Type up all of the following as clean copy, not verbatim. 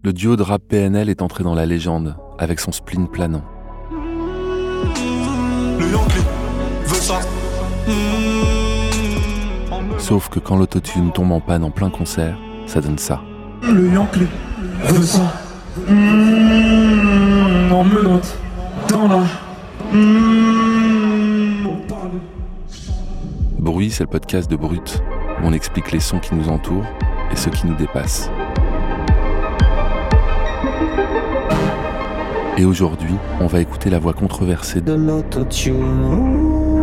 Le duo de rap PNL est entré dans la légende, avec son spleen planant. Sauf que quand l'autotune tombe en panne en plein concert, ça donne ça. Le Yankee veut ça. En menottes, dans la... Bruit, c'est le podcast de Brut, où on explique les sons qui nous entourent et ceux qui nous dépassent. Et aujourd'hui, on va écouter la voix controversée de l'autotune.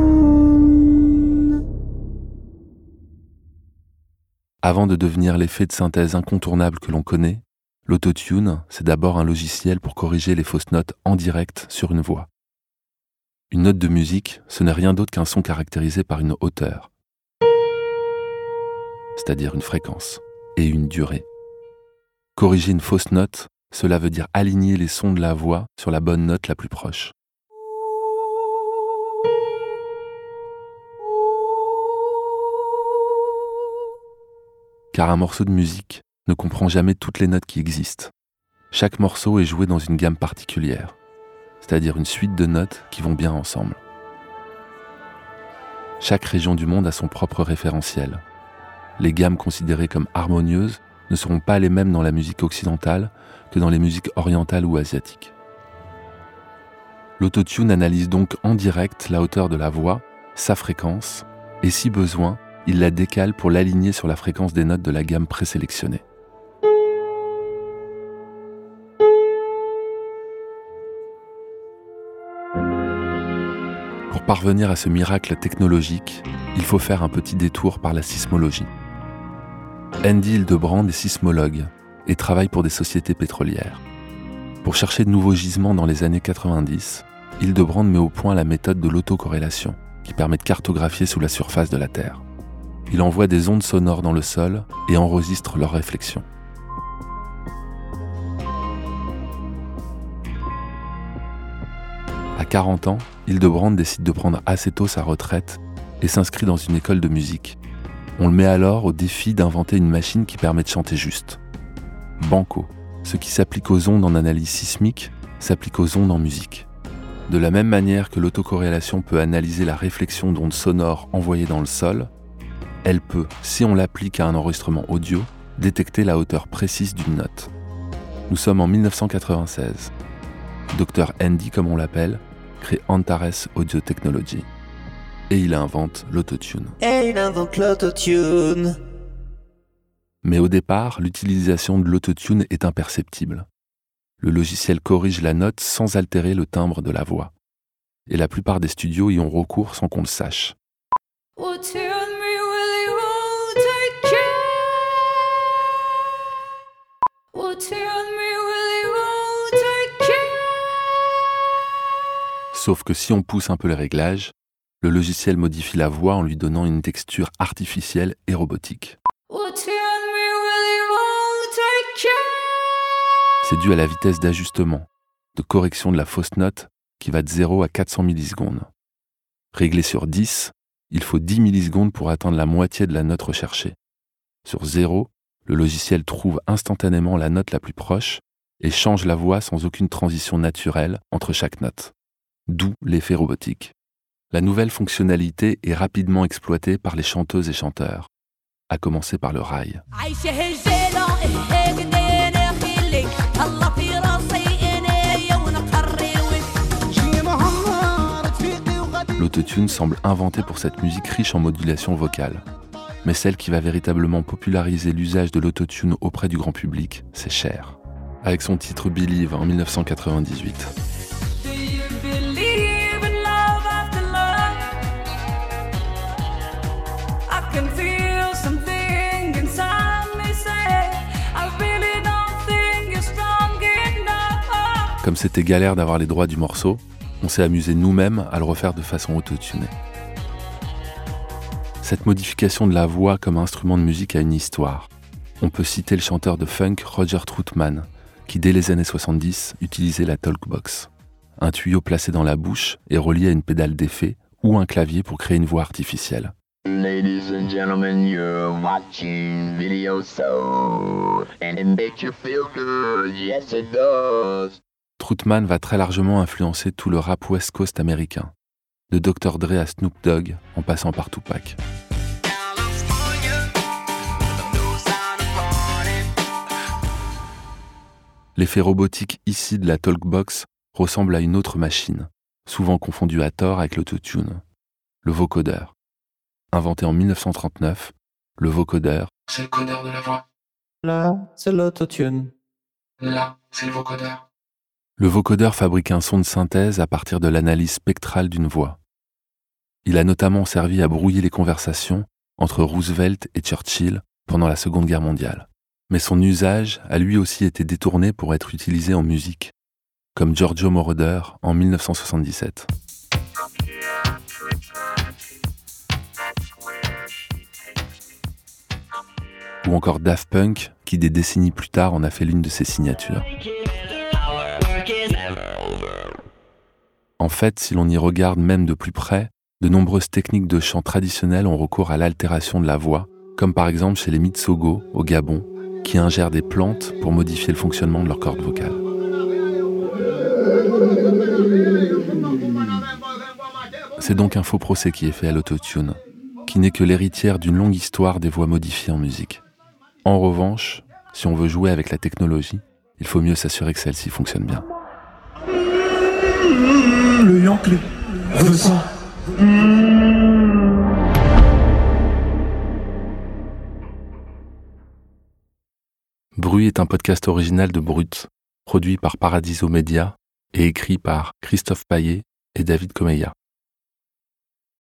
Avant de devenir l'effet de synthèse incontournable que l'on connaît, l'autotune, c'est d'abord un logiciel pour corriger les fausses notes en direct sur une voix. Une note de musique, ce n'est rien d'autre qu'un son caractérisé par une hauteur, c'est-à-dire une fréquence, et une durée. Corriger une fausse note, cela veut dire aligner les sons de la voix sur la bonne note la plus proche. Car un morceau de musique ne comprend jamais toutes les notes qui existent. Chaque morceau est joué dans une gamme particulière, c'est-à-dire une suite de notes qui vont bien ensemble. Chaque région du monde a son propre référentiel. Les gammes considérées comme harmonieuses ne seront pas les mêmes dans la musique occidentale que dans les musiques orientales ou asiatiques. L'autotune analyse donc en direct la hauteur de la voix, sa fréquence, et si besoin, il la décale pour l'aligner sur la fréquence des notes de la gamme présélectionnée. Pour parvenir à ce miracle technologique, il faut faire un petit détour par la sismologie. Andy Hildebrand est sismologue et travaille pour des sociétés pétrolières. Pour chercher de nouveaux gisements dans les années 90, Hildebrand met au point la méthode de l'autocorrélation, qui permet de cartographier sous la surface de la Terre. Il envoie des ondes sonores dans le sol et enregistre leurs réflexions. À 40 ans, Hildebrand décide de prendre assez tôt sa retraite et s'inscrit dans une école de musique. On le met alors au défi d'inventer une machine qui permet de chanter juste. Banco, ce qui s'applique aux ondes en analyse sismique, s'applique aux ondes en musique. De la même manière que l'autocorrélation peut analyser la réflexion d'ondes sonores envoyées dans le sol, elle peut, si on l'applique à un enregistrement audio, détecter la hauteur précise d'une note. Nous sommes en 1996. Dr Andy, comme on l'appelle, crée Antares Audio Technology. Et il invente l'autotune. Mais au départ, l'utilisation de l'autotune est imperceptible. Le logiciel corrige la note sans altérer le timbre de la voix. Et la plupart des studios y ont recours sans qu'on le sache. Sauf que si on pousse un peu les réglages, le logiciel modifie la voix en lui donnant une texture artificielle et robotique. C'est dû à la vitesse d'ajustement, de correction de la fausse note qui va de 0 à 400 millisecondes. Réglé sur 10, il faut 10 millisecondes pour atteindre la moitié de la note recherchée. Sur 0, le logiciel trouve instantanément la note la plus proche et change la voix sans aucune transition naturelle entre chaque note. D'où l'effet robotique. La nouvelle fonctionnalité est rapidement exploitée par les chanteuses et chanteurs, à commencer par le rail. L'autotune semble inventé pour cette musique riche en modulation vocale. Mais celle qui va véritablement populariser l'usage de l'autotune auprès du grand public, c'est Cher. Avec son titre Believe en 1998. Comme c'était galère d'avoir les droits du morceau, on s'est amusé nous-mêmes à le refaire de façon autotunée. Cette modification de la voix comme instrument de musique a une histoire. On peut citer le chanteur de funk Roger Troutman, qui dès les années 70 utilisait la talkbox, un tuyau placé dans la bouche et relié à une pédale d'effet ou un clavier pour créer une voix artificielle. Ladies and gentlemen, you're watching Video Soul, and it makes you feel good, yes it does. Troutman va très largement influencer tout le rap West Coast américain, de Dr. Dre à Snoop Dogg en passant par Tupac. L'effet robotique ici de la Talkbox ressemble à une autre machine, souvent confondue à tort avec l'autotune, le vocodeur. Inventé en 1939, le vocodeur, C'est le codeur de la voix. Là, c'est l'autotune. Là, c'est le vocodeur. le vocodeur fabrique un son de synthèse à partir de l'analyse spectrale d'une voix. Il a notamment servi à brouiller les conversations entre Roosevelt et Churchill pendant la Seconde Guerre mondiale. Mais son usage a lui aussi été détourné pour être utilisé en musique, comme Giorgio Moroder en 1977. Ou encore Daft Punk, qui des décennies plus tard en a fait l'une de ses signatures. En fait, si l'on y regarde même de plus près, de nombreuses techniques de chant traditionnelles ont recours à l'altération de la voix, comme par exemple chez les Mitsogo, au Gabon, qui ingèrent des plantes pour modifier le fonctionnement de leur corde vocale. C'est donc un faux procès qui est fait à l'autotune, qui n'est que l'héritière d'une longue histoire des voix modifiées en musique. En revanche, si on veut jouer avec la technologie, il faut mieux s'assurer que celle-ci fonctionne bien. Le Yankee veut ça. Bruit est un podcast original de Brut, produit par Paradiso Media et écrit par Christophe Paillet et David Comeya.